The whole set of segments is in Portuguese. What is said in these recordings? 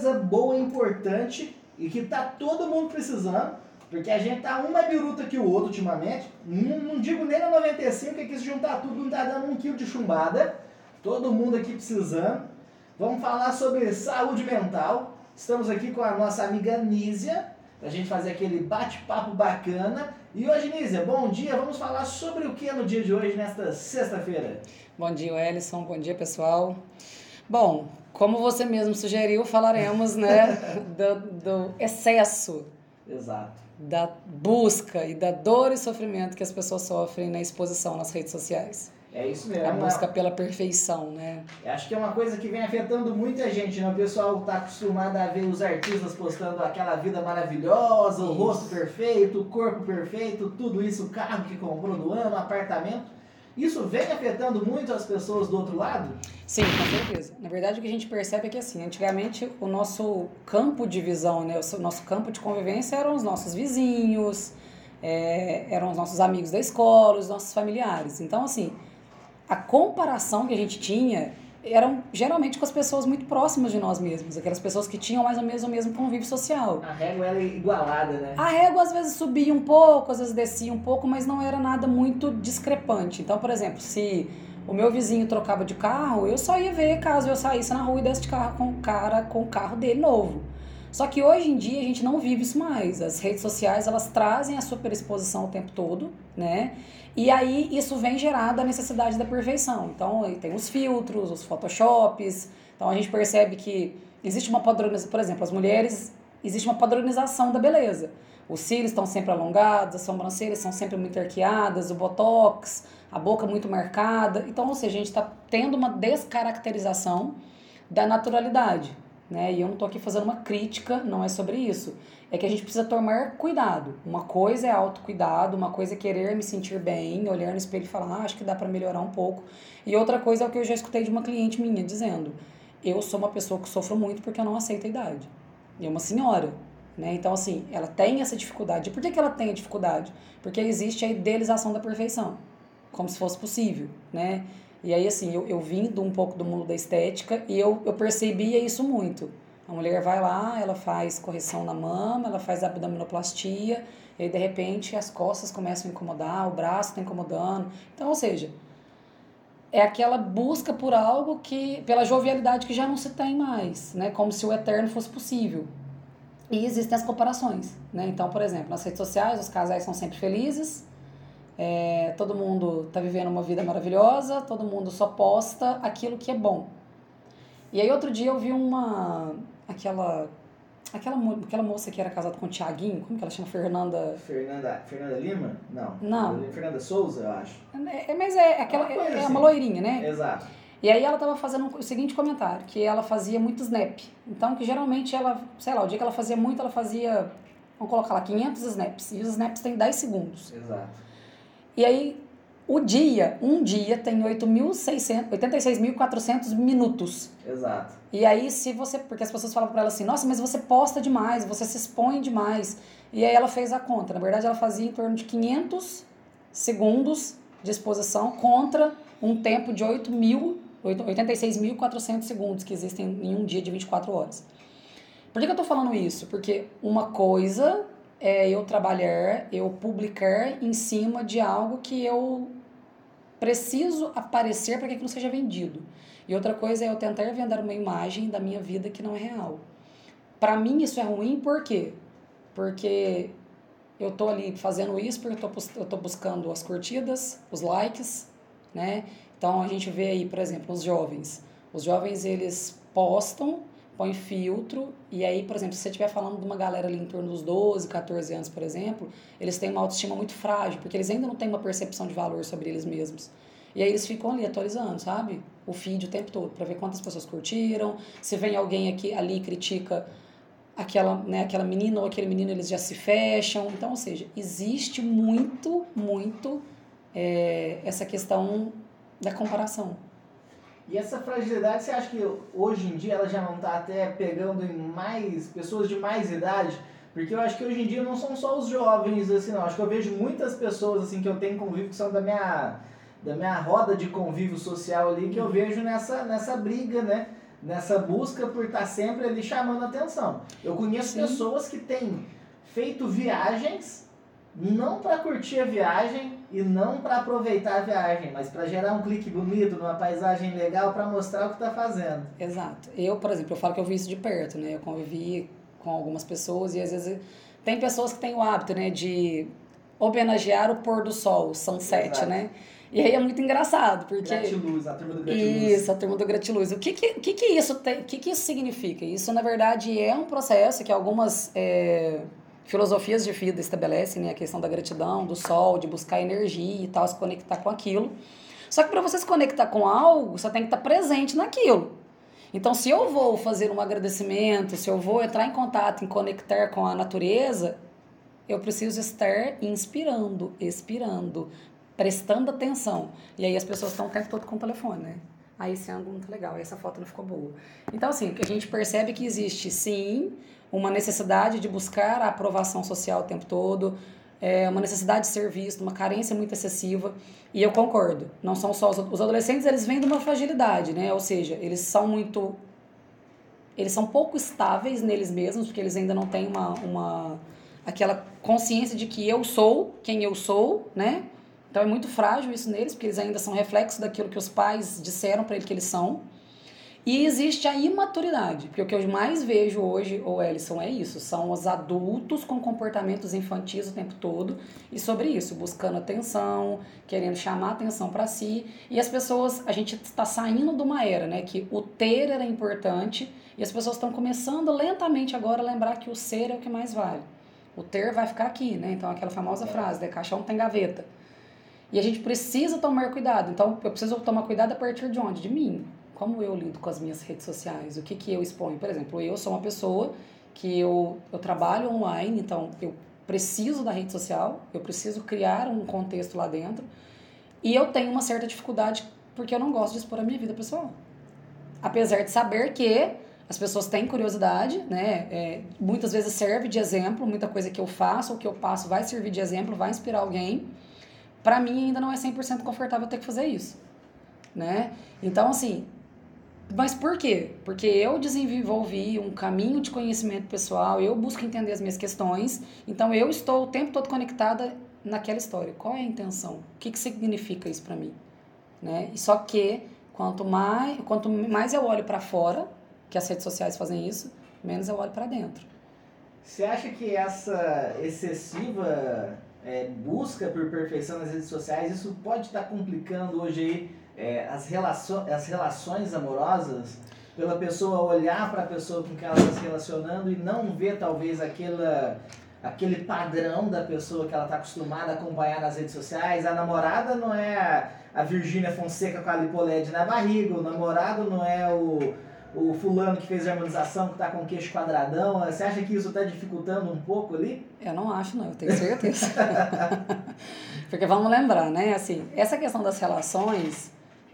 coisa boa, importante e que tá todo mundo precisando, porque a gente tá um mais biruta que o outro ultimamente. Não digo nem na 95, que aqui se juntar tudo não tá dando 1 quilo de chumbada. Todo mundo aqui precisando. Vamos falar sobre saúde mental. Estamos aqui com a nossa amiga Nízia, pra gente fazer aquele bate-papo bacana. E hoje, Nízia, bom dia. Vamos falar sobre o que no dia de hoje, nesta sexta-feira? Bom dia, Wellington. Bom dia, pessoal. Bom, como você mesmo sugeriu, falaremos, né, do excesso. Exato. Da busca e da dor e sofrimento que as pessoas sofrem na exposição nas redes sociais. É isso mesmo. A busca pela perfeição, né? Acho que é uma coisa que vem afetando muita gente, né? O pessoal tá acostumado a ver os artistas postando aquela vida maravilhosa, o rosto perfeito, o corpo perfeito, tudo isso, o carro que comprou no ano, o apartamento. Isso vem afetando muito as pessoas do outro lado? Sim, com certeza. Na verdade, o que a gente percebe é que, assim, antigamente o nosso campo de visão, né, o nosso campo de convivência eram os nossos vizinhos, eram os nossos amigos da escola, os nossos familiares. Então, assim, a comparação que a gente tinha eram geralmente com as pessoas muito próximas de nós mesmos, aquelas pessoas que tinham mais ou menos o mesmo convívio social. A régua era igualada, né? A régua às vezes subia um pouco, às vezes descia um pouco, mas não era nada muito discrepante. Então, por exemplo, se o meu vizinho trocava de carro, eu só ia ver caso eu saísse na rua e desse de carro com o carro dele novo. Só que hoje em dia a gente não vive isso mais. As redes sociais, elas trazem a superexposição o tempo todo, né? E aí isso vem gerado a necessidade da perfeição. Então tem os filtros, os photoshops. Então a gente percebe que existe uma padronização, por exemplo, as mulheres, existe uma padronização da beleza. Os cílios estão sempre alongados, as sobrancelhas são sempre muito arqueadas, o botox, a boca muito marcada. Então, ou seja, a gente está tendo uma descaracterização da naturalidade, né? E eu não estou aqui fazendo uma crítica, não é sobre isso. É que a gente precisa tomar cuidado. Uma coisa é autocuidado, uma coisa é querer me sentir bem, olhar no espelho e falar, acho que dá para melhorar um pouco. E outra coisa é o que eu já escutei de uma cliente minha dizendo, eu sou uma pessoa que sofro muito porque eu não aceito a idade. E é uma senhora, né? Então, assim, ela tem essa dificuldade. E por que ela tem a dificuldade? Porque existe a idealização da perfeição, como se fosse possível, né? E aí, assim, eu vindo um pouco do mundo da estética e eu percebia isso muito. A mulher vai lá, ela faz correção na mama, ela faz abdominoplastia, e aí, de repente, as costas começam a incomodar, o braço está incomodando. Então, ou seja, é aquela busca por algo que, pela jovialidade que já não se tem mais, né? Como se o eterno fosse possível. E existem as comparações, né? Então, por exemplo, nas redes sociais, os casais são sempre felizes, todo mundo tá vivendo uma vida maravilhosa, todo mundo só posta aquilo que é bom. E aí outro dia eu vi aquela moça que era casada com o Thiaguinho, como que ela chama? Fernanda Lima? Não. Não. Fernanda Souza, eu acho. Mas é uma loirinha, né? Exato. E aí ela tava fazendo o seguinte comentário, que ela fazia muito snap. Então, que geralmente ela, sei lá, o dia que ela fazia muito, ela fazia, vamos colocar lá, 500 snaps. E os snaps têm 10 segundos. Exato. E aí, um dia tem 86.400 minutos. Exato. E aí, porque as pessoas falam pra ela assim, nossa, mas você posta demais, você se expõe demais. E aí ela fez a conta. Na verdade, ela fazia em torno de 500 segundos de exposição contra um tempo de 86.400 segundos que existem em um dia de 24 horas. Por que eu tô falando isso? Porque uma coisa é eu trabalhar, eu publicar em cima de algo que eu preciso aparecer para que aquilo seja vendido. E outra coisa é eu tentar vender uma imagem da minha vida que não é real. Para mim isso é ruim, por quê? Porque eu tô ali fazendo isso porque eu tô buscando as curtidas, os likes, né? Então a gente vê aí, por exemplo, os jovens. Os jovens, eles postam, põe filtro, e aí, por exemplo, se você estiver falando de uma galera ali em torno dos 12, 14 anos, por exemplo, eles têm uma autoestima muito frágil, porque eles ainda não têm uma percepção de valor sobre eles mesmos. E aí eles ficam ali atualizando, sabe? O feed o tempo todo, para ver quantas pessoas curtiram, se vem alguém ali e critica aquela menina ou aquele menino, eles já se fecham. Então, ou seja, existe muito essa questão da comparação. E essa fragilidade, você acha que hoje em dia ela já não está até pegando em mais pessoas de mais idade? Porque eu acho que hoje em dia não são só os jovens, assim, não. Acho que eu vejo muitas pessoas, assim, que eu tenho convívio, que são da minha roda de convívio social ali, que eu vejo nessa briga, né? nessa busca por estar sempre ali chamando a atenção. Eu conheço Sim. pessoas que têm feito viagens não para curtir a viagem e não para aproveitar a viagem, mas para gerar um clique bonito, numa paisagem legal, para mostrar o que está fazendo. Exato. Eu, por exemplo, eu falo que eu vi isso de perto, né? Eu convivi com algumas pessoas e às vezes tem pessoas que têm o hábito, né, de homenagear o pôr do sol, o sunset, Exato. né? E aí é muito engraçado, porque... Gratiluz, a turma do Gratiluz. Isso, a turma do Gratiluz. O que isso tem, o que isso significa? Isso, na verdade, é um processo que algumas filosofias de vida estabelecem, né? A questão da gratidão, do sol, de buscar energia e tal, se conectar com aquilo. Só que para você se conectar com algo, você tem que estar presente naquilo. Então, se eu vou fazer um agradecimento, se eu vou entrar em contato, em conectar com a natureza, eu preciso estar inspirando, expirando, prestando atenção. E aí as pessoas estão o tempo todo com o telefone, né? Aí esse ângulo não tá legal, essa foto não ficou boa. Então, assim, a gente percebe que existe, sim, uma necessidade de buscar a aprovação social o tempo todo, uma necessidade de ser visto, uma carência muito excessiva. E eu concordo, não são só os adolescentes, eles vêm de uma fragilidade, né? Ou seja, eles são pouco estáveis neles mesmos, porque eles ainda não têm aquela consciência de que eu sou quem eu sou, né? Então é muito frágil isso neles, porque eles ainda são reflexos daquilo que os pais disseram para eles que eles são. E existe a imaturidade, porque o que eu mais vejo hoje, ô Ellison, é isso, são os adultos com comportamentos infantis o tempo todo, e sobre isso, buscando atenção, querendo chamar atenção para si, e as pessoas, a gente está saindo de uma era, né, que o ter era importante, e as pessoas estão começando lentamente agora a lembrar que o ser é o que mais vale. O ter vai ficar aqui, né, então aquela famosa frase, né, caixão tem gaveta. E a gente precisa tomar cuidado, então eu preciso tomar cuidado a partir de onde? De mim. Como eu lido com as minhas redes sociais? O que eu exponho? Por exemplo, eu sou uma pessoa que eu trabalho online, então eu preciso da rede social, eu preciso criar um contexto lá dentro, e eu tenho uma certa dificuldade porque eu não gosto de expor a minha vida pessoal. Apesar de saber que as pessoas têm curiosidade, né? Muitas vezes serve de exemplo, muita coisa que eu faço ou que eu passo vai servir de exemplo, vai inspirar alguém. Para mim ainda não é 100% confortável ter que fazer isso, né? Então, assim... Mas por quê? Porque eu desenvolvi um caminho de conhecimento pessoal, eu busco entender as minhas questões, então eu estou o tempo todo conectada naquela história. Qual é a intenção? O que significa isso para mim? Né? E só que quanto mais eu olho para fora, que as redes sociais fazem isso, menos eu olho para dentro. Você acha que essa excessiva busca por perfeição nas redes sociais, isso pode estar complicando hoje aí as relações amorosas, pela pessoa olhar para a pessoa com quem ela está se relacionando e não ver talvez aquele padrão da pessoa que ela está acostumada a acompanhar nas redes sociais? A namorada não é a Virgínia Fonseca com a lipoled na barriga, o namorado não é o fulano que fez a harmonização, que está com o queixo quadradão. Você acha que isso está dificultando um pouco ali? Eu não acho, não, eu tenho certeza. Porque vamos lembrar, né, assim, essa questão das relações...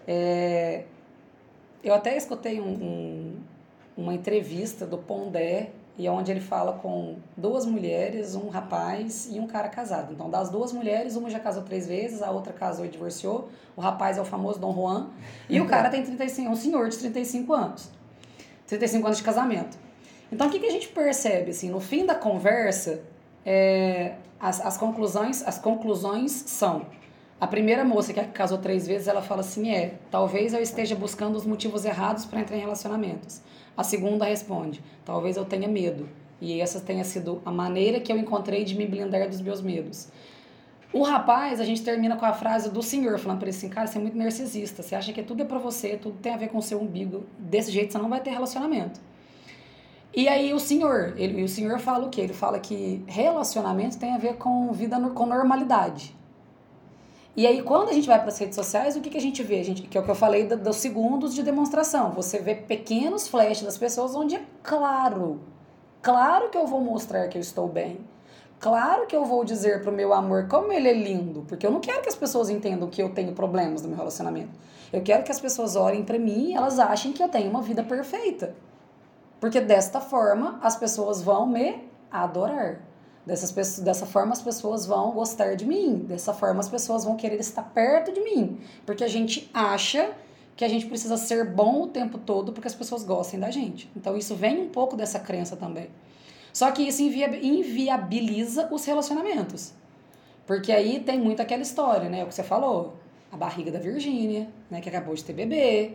eu até escutei uma entrevista do Pondé, e onde ele fala com 2 mulheres, um rapaz e um cara casado. Então, das 2 mulheres, uma já casou 3 vezes, a outra casou e divorciou. O rapaz é o famoso Dom Juan, e o cara tem 35, um senhor de 35 anos. 35 anos de casamento. Então, o que a gente percebe? Assim, no fim da conversa, as conclusões são... A primeira moça que casou 3 vezes, ela fala assim, talvez eu esteja buscando os motivos errados para entrar em relacionamentos. A segunda responde, talvez eu tenha medo. E essa tenha sido a maneira que eu encontrei de me blindar dos meus medos. O rapaz, a gente termina com a frase do senhor, falando para ele assim, cara, você é muito narcisista, você acha que tudo é para você, tudo tem a ver com o seu umbigo, desse jeito você não vai ter relacionamento. E aí o senhor fala o quê? Ele fala que relacionamento tem a ver com vida, com normalidade. E aí, quando a gente vai para as redes sociais, o que a gente vê? Que é o que eu falei dos segundos de demonstração. Você vê pequenos flashes das pessoas onde é claro que eu vou mostrar que eu estou bem. Claro que eu vou dizer pro meu amor como ele é lindo. Porque eu não quero que as pessoas entendam que eu tenho problemas no meu relacionamento. Eu quero que as pessoas olhem para mim e elas achem que eu tenho uma vida perfeita. Porque desta forma, as pessoas vão me adorar. Dessa forma as pessoas vão gostar de mim, dessa forma as pessoas vão querer estar perto de mim, porque a gente acha que a gente precisa ser bom o tempo todo porque as pessoas gostem da gente. Então isso vem um pouco dessa crença também. Só que isso inviabiliza os relacionamentos. Porque aí tem muito aquela história, né? O que você falou, a barriga da Virgínia, né? Que acabou de ter bebê,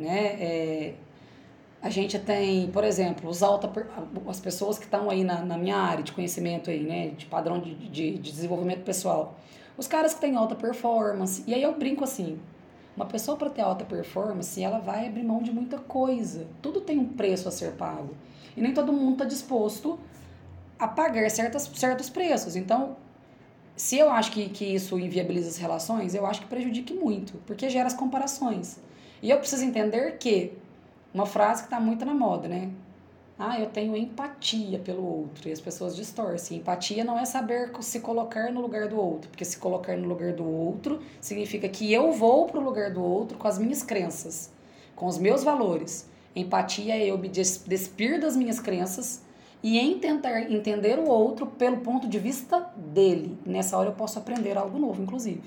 né? A gente tem, por exemplo, as pessoas que estão aí na minha área de conhecimento aí, né? De padrão de desenvolvimento pessoal. Os caras que têm alta performance. E aí eu brinco assim, uma pessoa para ter alta performance, ela vai abrir mão de muita coisa. Tudo tem um preço a ser pago. E nem todo mundo está disposto a pagar certos preços. Então, se eu acho que isso inviabiliza as relações, eu acho que prejudique muito, porque gera as comparações. E eu preciso entender que, uma frase que está muito na moda, né? Eu tenho empatia pelo outro, e as pessoas distorcem. Empatia não é saber se colocar no lugar do outro, porque se colocar no lugar do outro significa que eu vou para o lugar do outro com as minhas crenças, com os meus valores. Empatia é eu me despir das minhas crenças e em tentar entender o outro pelo ponto de vista dele. Nessa hora eu posso aprender algo novo, inclusive.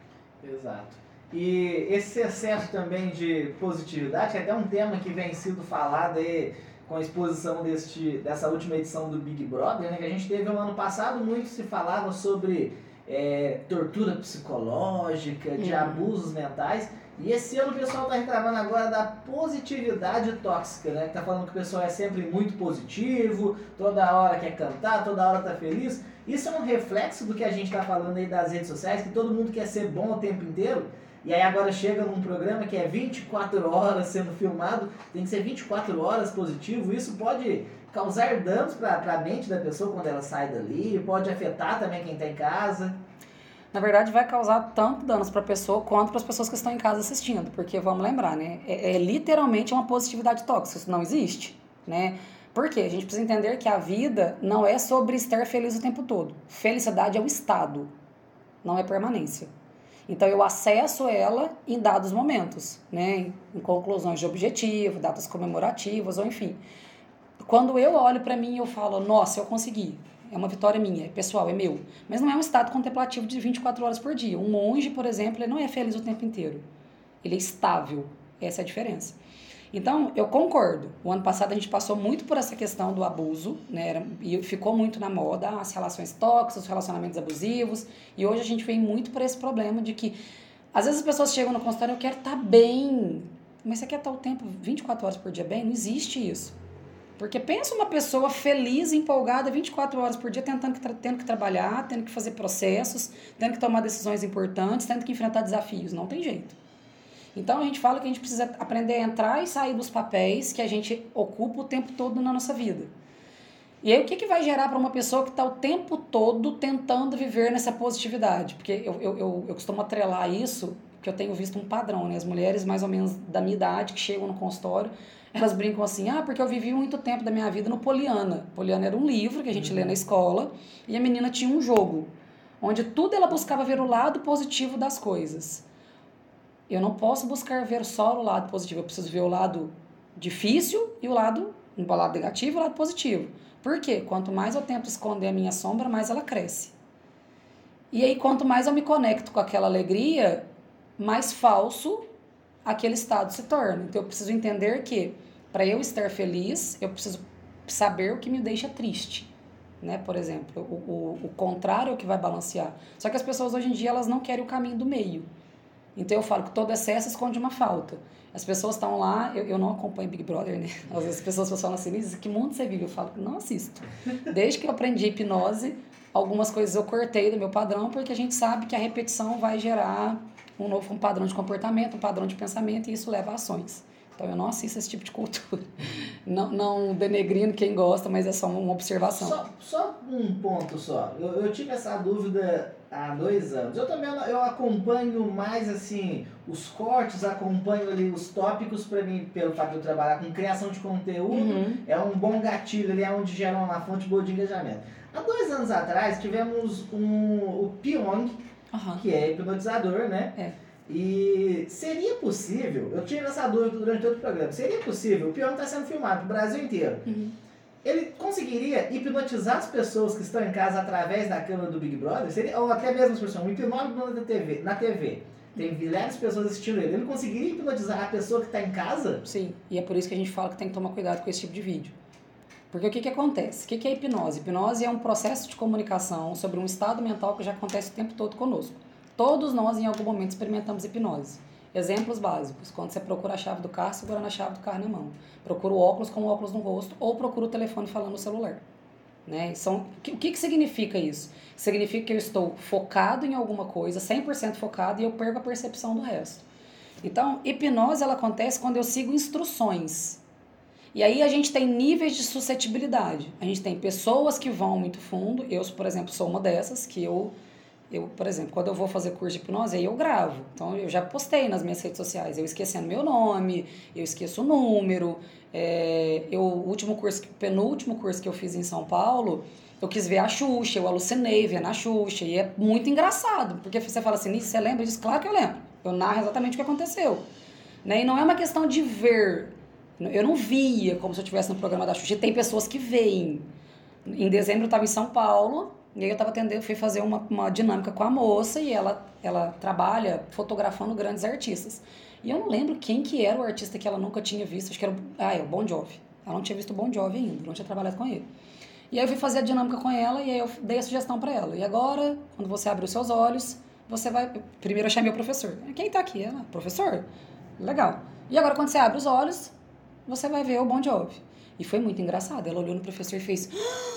Exato. E esse excesso também de positividade, que é até um tema que vem sendo falado aí com a exposição dessa última edição do Big Brother, né, que a gente teve no ano passado, muito se falava sobre tortura psicológica, de abusos mentais. E esse ano o pessoal está reclamando agora da positividade tóxica, né? Que tá falando que o pessoal é sempre muito positivo, toda hora quer cantar, toda hora tá feliz. Isso é um reflexo do que a gente está falando aí das redes sociais, que todo mundo quer ser bom o tempo inteiro. E aí agora chega num programa que é 24 horas sendo filmado, tem que ser 24 horas positivo. Isso pode causar danos para a mente da pessoa quando ela sai dali, pode afetar também quem está em casa. Na verdade, vai causar tanto danos para a pessoa quanto para as pessoas que estão em casa assistindo, porque vamos lembrar, né? É literalmente uma positividade tóxica, isso não existe, né? Por quê? A gente precisa entender que a vida não é sobre estar feliz o tempo todo. Felicidade é um estado, não é permanência. Então, eu acesso ela em dados momentos, né? Em conclusões de objetivo, datas comemorativas, ou enfim. Quando eu olho para mim, eu falo, nossa, eu consegui. É uma vitória minha, é pessoal, é meu. Mas não é um estado contemplativo de 24 horas por dia. Um monge, por exemplo, ele não é feliz o tempo inteiro. Ele é estável. Essa é a diferença. Então, eu concordo. O ano passado a gente passou muito por essa questão do abuso, né? E ficou muito na moda as relações tóxicas, os relacionamentos abusivos. E hoje a gente vem muito por esse problema de que, às vezes as pessoas chegam no consultório, eu quero estar bem. Mas você quer estar o tempo 24 horas por dia bem? Não existe isso. Porque pensa uma pessoa feliz, empolgada, 24 horas por dia, tendo que trabalhar, tendo que fazer processos, tendo que tomar decisões importantes, tendo que enfrentar desafios. Não tem jeito. Então, a gente fala que a gente precisa aprender a entrar e sair dos papéis que a gente ocupa o tempo todo na nossa vida. E aí, o que vai gerar para uma pessoa que está o tempo todo tentando viver nessa positividade? Porque eu costumo atrelar isso, porque eu tenho visto um padrão, né? As mulheres mais ou menos da minha idade que chegam no consultório, elas brincam assim, porque eu vivi muito tempo da minha vida no Poliana. Poliana era um livro que a gente lê na escola e a menina tinha um jogo, onde tudo ela buscava ver o lado positivo das coisas. Eu não posso buscar ver só o lado positivo, eu preciso ver o lado difícil e o lado negativo e o lado positivo. Por quê? Quanto mais eu tento esconder a minha sombra, mais ela cresce. E aí, quanto mais eu me conecto com aquela alegria, mais falso aquele estado se torna. Então, eu preciso entender que, para eu estar feliz, eu preciso saber o que me deixa triste. Né? Por exemplo, o contrário é o que vai balancear. Só que as pessoas hoje em dia elas não querem o caminho do meio. Então eu falo que todo excesso esconde uma falta. As pessoas estão lá, eu não acompanho Big Brother, né? Às vezes as pessoas falam assim, Liz, que mundo você vive? Eu falo que não assisto. Desde que eu aprendi hipnose, algumas coisas eu cortei do meu padrão, porque a gente sabe que a repetição vai gerar um padrão de comportamento, um padrão de pensamento, e isso leva a ações. Então eu não assisto esse tipo de cultura. Não denegrindo quem gosta, mas é só uma observação. Só um ponto só. Eu tive essa dúvida há 2 anos. Eu também eu acompanho mais assim os cortes, acompanho ali os tópicos para mim, pelo fato de eu trabalhar com criação de conteúdo, é um bom gatilho ali, é onde gera uma fonte boa de engajamento. Há 2 anos atrás tivemos o Pyong, que é hipnotizador, né? E seria possível, eu tive essa dúvida durante todo o programa, seria possível, o Pyong está sendo filmado pro Brasil inteiro, ele conseguiria hipnotizar as pessoas que estão em casa através da câmera do Big Brother? Seria, ou até mesmo as pessoas, um hipnólogo na TV, tem milhares de pessoas assistindo ele. Ele não conseguiria hipnotizar a pessoa que está em casa? Sim, e é por isso que a gente fala que tem que tomar cuidado com esse tipo de vídeo. Porque o que acontece? O que é hipnose? Hipnose é um processo de comunicação sobre um estado mental que já acontece o tempo todo conosco. Todos nós, em algum momento, experimentamos hipnose. Exemplos básicos. Quando você procura a chave do carro, segurando a chave do carro na mão. Procura o óculos com o óculos no rosto ou procura o telefone falando no celular. Né? O que significa isso? Significa que eu estou focado em alguma coisa, 100% focado, e eu perco a percepção do resto. Então, hipnose ela acontece quando eu sigo instruções. E aí a gente tem níveis de suscetibilidade. A gente tem pessoas que vão muito fundo. Eu, por exemplo, sou uma dessas, que eu, por exemplo, quando eu vou fazer curso de hipnose, aí eu gravo. Então, eu já postei nas minhas redes sociais, eu esquecendo meu nome, eu esqueço o número. O penúltimo curso que eu fiz em São Paulo, eu quis ver a Xuxa, eu alucinei vendo a Xuxa. E é muito engraçado, porque você fala assim, você lembra disso? Claro que eu lembro. Eu narro exatamente o que aconteceu. Né? E não é uma questão de ver. Eu não via como se eu estivesse no programa da Xuxa. E tem pessoas que veem. Em dezembro eu estava em São Paulo, e aí eu fui fazer uma dinâmica com a moça, e ela trabalha fotografando grandes artistas. E eu não lembro quem que era o artista que ela nunca tinha visto, acho que era o Bon Jovi. Ela não tinha visto o Bon Jovi ainda, não tinha trabalhado com ele. E aí eu fui fazer a dinâmica com ela, e aí eu dei a sugestão para ela. E agora, quando você abre os seus olhos, você vai... Primeiro eu chamei o professor. Quem tá aqui? Ela, professor? Legal. E agora quando você abre os olhos, você vai ver o Bon Jovi. E foi muito engraçado. Ela olhou no professor e fez...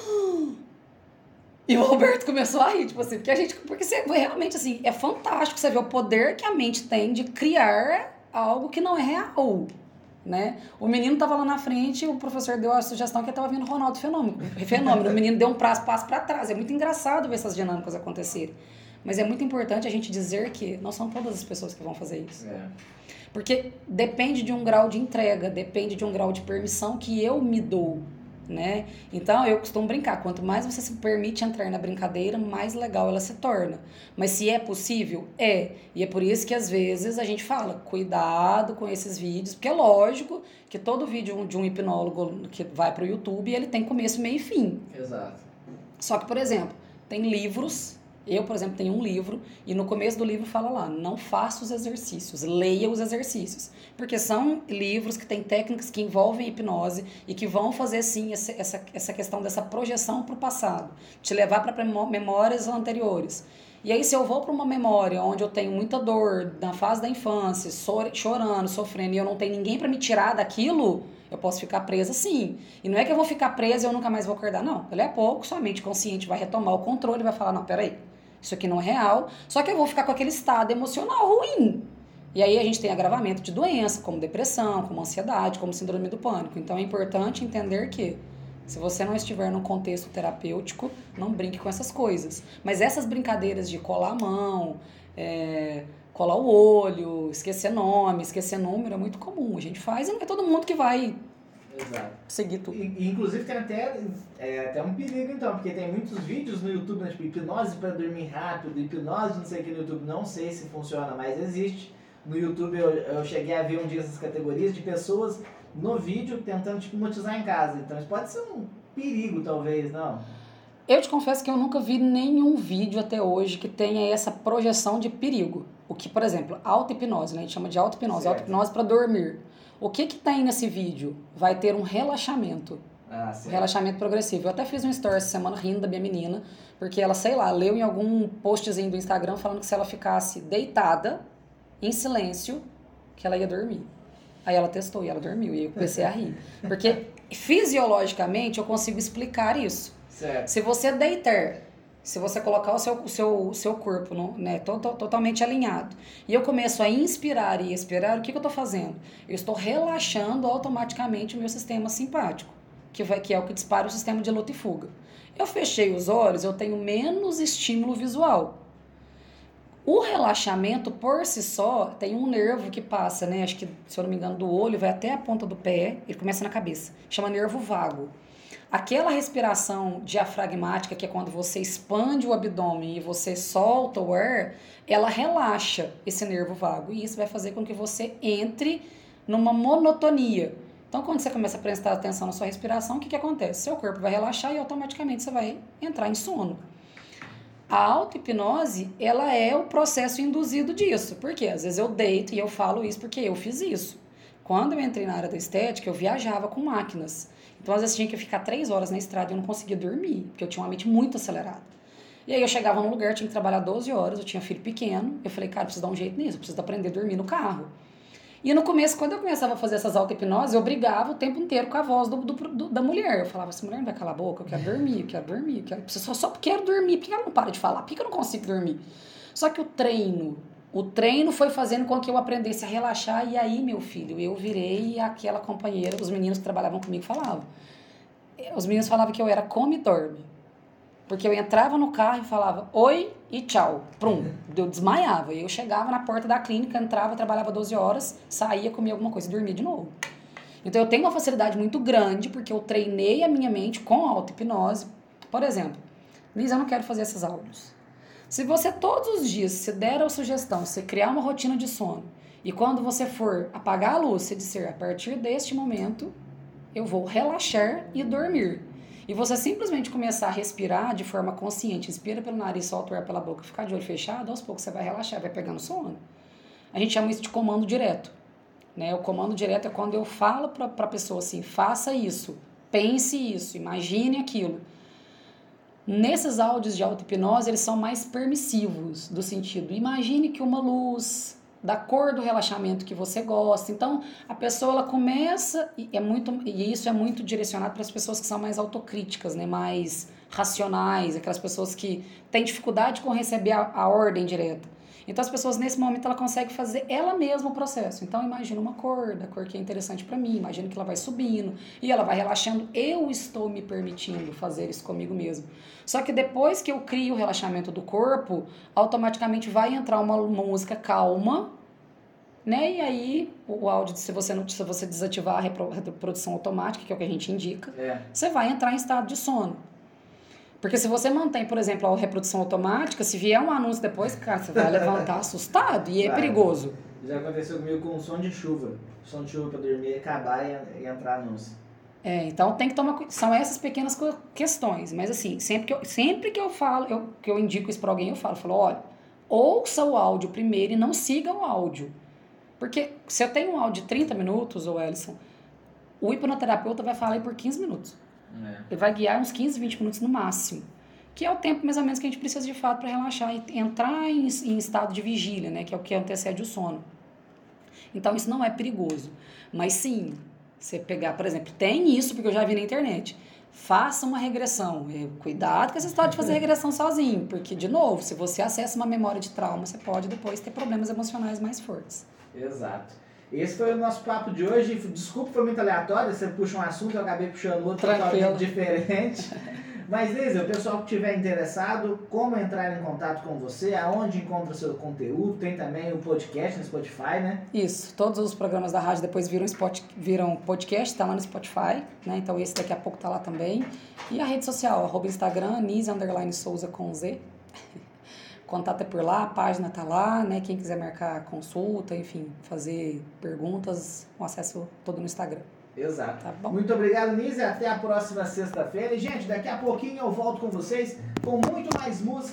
E o Roberto começou a rir, tipo assim, porque você realmente, assim, é fantástico você ver o poder que a mente tem de criar algo que não é real, né? O menino tava lá na frente, o professor deu a sugestão que ele tava vendo Ronaldo Fenômeno. O menino deu um passo para trás. É muito engraçado ver essas dinâmicas acontecerem. Mas é muito importante a gente dizer que não são todas as pessoas que vão fazer isso. Porque depende de um grau de entrega, depende de um grau de permissão que eu me dou, né? Então eu costumo brincar, quanto mais você se permite entrar na brincadeira, mais legal ela se torna. Mas se é possível, é. E é por isso que às vezes a gente fala, cuidado com esses vídeos, porque é lógico que todo vídeo de um hipnólogo que vai para o YouTube, ele tem começo, meio e fim. Exato. Só que, por exemplo, tem livros... Eu, por exemplo, tenho um livro e no começo do livro fala lá, não faça os exercícios, leia os exercícios. Porque são livros que têm técnicas que envolvem hipnose e que vão fazer, sim, essa questão dessa projeção para o passado, te levar para memórias anteriores. E aí, se eu vou para uma memória onde eu tenho muita dor na fase da infância, chorando, sofrendo, e eu não tenho ninguém para me tirar daquilo... Eu posso ficar presa, sim. E não é que eu vou ficar presa e eu nunca mais vou acordar, não. Dali a pouco, sua mente consciente vai retomar o controle e vai falar, não, peraí, isso aqui não é real. Só que eu vou ficar com aquele estado emocional ruim. E aí a gente tem agravamento de doença, como depressão, como ansiedade, como síndrome do pânico. Então é importante entender que, se você não estiver num contexto terapêutico, não brinque com essas coisas. Mas essas brincadeiras de colar a mão... colar o olho, esquecer nome, esquecer número, é muito comum. A gente faz e não é todo mundo que vai seguir tudo. Inclusive tem até um perigo, então, porque tem muitos vídeos no YouTube, né, tipo hipnose para dormir rápido, hipnose não sei o que no YouTube, não sei se funciona, mas existe. No YouTube eu cheguei a ver um dia essas categorias de pessoas no vídeo tentando tipo, hipnotizar em casa. Então isso pode ser um perigo, talvez, não? Eu te confesso que eu nunca vi nenhum vídeo até hoje que tenha essa projeção de perigo. O que, por exemplo, auto-hipnose, né? A gente chama de auto-hipnose, auto-hipnose para dormir. O que tem nesse vídeo? Vai ter um relaxamento. Um relaxamento progressivo. Eu até fiz um story essa semana rindo da minha menina, porque ela, sei lá, leu em algum postzinho do Instagram falando que se ela ficasse deitada, em silêncio, que ela ia dormir. Aí ela testou e ela dormiu, e eu comecei a rir. Porque fisiologicamente eu consigo explicar isso. Certo. Se você deitar, se você colocar o seu corpo né, totalmente alinhado, e eu começo a inspirar e expirar, o que eu estou fazendo? Eu estou relaxando automaticamente o meu sistema simpático, que é o que dispara o sistema de luta e fuga. Eu fechei os olhos, eu tenho menos estímulo visual. O relaxamento, por si só, tem um nervo que passa, né? Acho que, se eu não me engano, do olho, vai até a ponta do pé, ele começa na cabeça. Chama nervo vago. Aquela respiração diafragmática, que é quando você expande o abdômen e você solta o ar, ela relaxa esse nervo vago. E isso vai fazer com que você entre numa monotonia. Então, quando você começa a prestar atenção na sua respiração, o que acontece? Seu corpo vai relaxar e automaticamente você vai entrar em sono. A auto-hipnose, ela é o processo induzido disso. Por quê? Às vezes eu deito e eu falo isso porque eu fiz isso. Quando eu entrei na área da estética, eu viajava com máquinas. Então, às vezes, tinha que ficar 3 horas na estrada e eu não conseguia dormir, porque eu tinha uma mente muito acelerada. E aí eu chegava num lugar, tinha que trabalhar 12 horas, eu tinha filho pequeno. Eu falei, cara, eu preciso dar um jeito nisso, eu preciso aprender a dormir no carro. E no começo, quando eu começava a fazer essas auto-hipnoses, eu brigava o tempo inteiro com a voz da mulher. Eu falava, essa mulher não vai calar a boca, eu quero dormir, eu quero dormir, eu quero... só quero dormir. Por que ela não para de falar? Por que eu não consigo dormir? Só que o treino foi fazendo com que eu aprendesse a relaxar. E aí, meu filho, eu virei aquela companheira, os meninos que trabalhavam comigo falavam. Os meninos falavam que eu era come e dorme. Porque eu entrava no carro e falava oi e tchau. Prum, eu desmaiava. E eu chegava na porta da clínica, entrava, trabalhava 12 horas, saía, comia alguma coisa e dormia de novo. Então eu tenho uma facilidade muito grande porque eu treinei a minha mente com auto-hipnose. Por exemplo, Liz, eu não quero fazer esses áudios. Se você todos os dias se der a sugestão, você criar uma rotina de sono e quando você for apagar a luz, você disser, a partir deste momento, eu vou relaxar e dormir. E você simplesmente começar a respirar de forma consciente, inspira pelo nariz, solta o ar pela boca, ficar de olho fechado, aos poucos você vai relaxar, vai pegando sono. A gente chama isso de comando direto. Né? O comando direto é quando eu falo para a pessoa assim, faça isso, pense isso, imagine aquilo. Nesses áudios de auto-hipnose, eles são mais permissivos, do sentido, imagine que uma luz, da cor do relaxamento que você gosta. Então, a pessoa ela começa, e isso é muito direcionado para as pessoas que são mais autocríticas, né? Mais racionais, aquelas pessoas que têm dificuldade com receber a ordem direta. Então, as pessoas, nesse momento, ela consegue fazer ela mesma o processo. Então, imagina uma cor, da cor que é interessante para mim, imagina que ela vai subindo e ela vai relaxando. Eu estou me permitindo fazer isso comigo mesmo. Só que depois que eu crio o relaxamento do corpo, automaticamente vai entrar uma música calma, né? E aí, o áudio, se você desativar a reprodução automática, que é o que a gente indica, você vai entrar em estado de sono. Porque se você mantém, por exemplo, a reprodução automática, se vier um anúncio depois, cara, você vai levantar assustado e é perigoso. Já aconteceu comigo com o som de chuva. Som de chuva para dormir, acabar e entrar anúncio. Então tem que tomar cuidado. São essas pequenas questões. Mas assim, sempre que eu falo, que eu indico isso para alguém, eu falo, olha, ouça o áudio primeiro e não siga o áudio. Porque se eu tenho um áudio de 30 minutos, ô Ellison, o hipnoterapeuta vai falar aí por 15 minutos. Ele vai guiar uns 15, 20 minutos no máximo. Que é o tempo, mais ou menos, que a gente precisa de fato para relaxar e entrar em estado de vigília, né? Que é o que antecede o sono. Então, isso não é perigoso. Mas sim, você pegar, por exemplo, tem isso, porque eu já vi na internet. Faça uma regressão. Cuidado com essa história de fazer regressão sozinho. Porque, de novo, se você acessa uma memória de trauma, você pode depois ter problemas emocionais mais fortes. Exato. Esse foi o nosso papo de hoje. Desculpa, foi muito aleatório. Você puxa um assunto, eu acabei puxando outro totalmente diferente. Mas, Lízia, o pessoal que estiver interessado, como entrar em contato com você, aonde encontra o seu conteúdo, tem também o podcast no Spotify, né? Isso, todos os programas da rádio depois viram podcast, tá lá no Spotify, né? Então esse daqui a pouco tá lá também. E a rede social, @Instagram, Nise_Souza com Z. Contato é por lá, a página tá lá, né? Quem quiser marcar consulta, enfim, fazer perguntas, o acesso todo no Instagram. Exato. Tá bom? Muito obrigado, Nise. Até a próxima sexta-feira. E, gente, daqui a pouquinho eu volto com vocês com muito mais música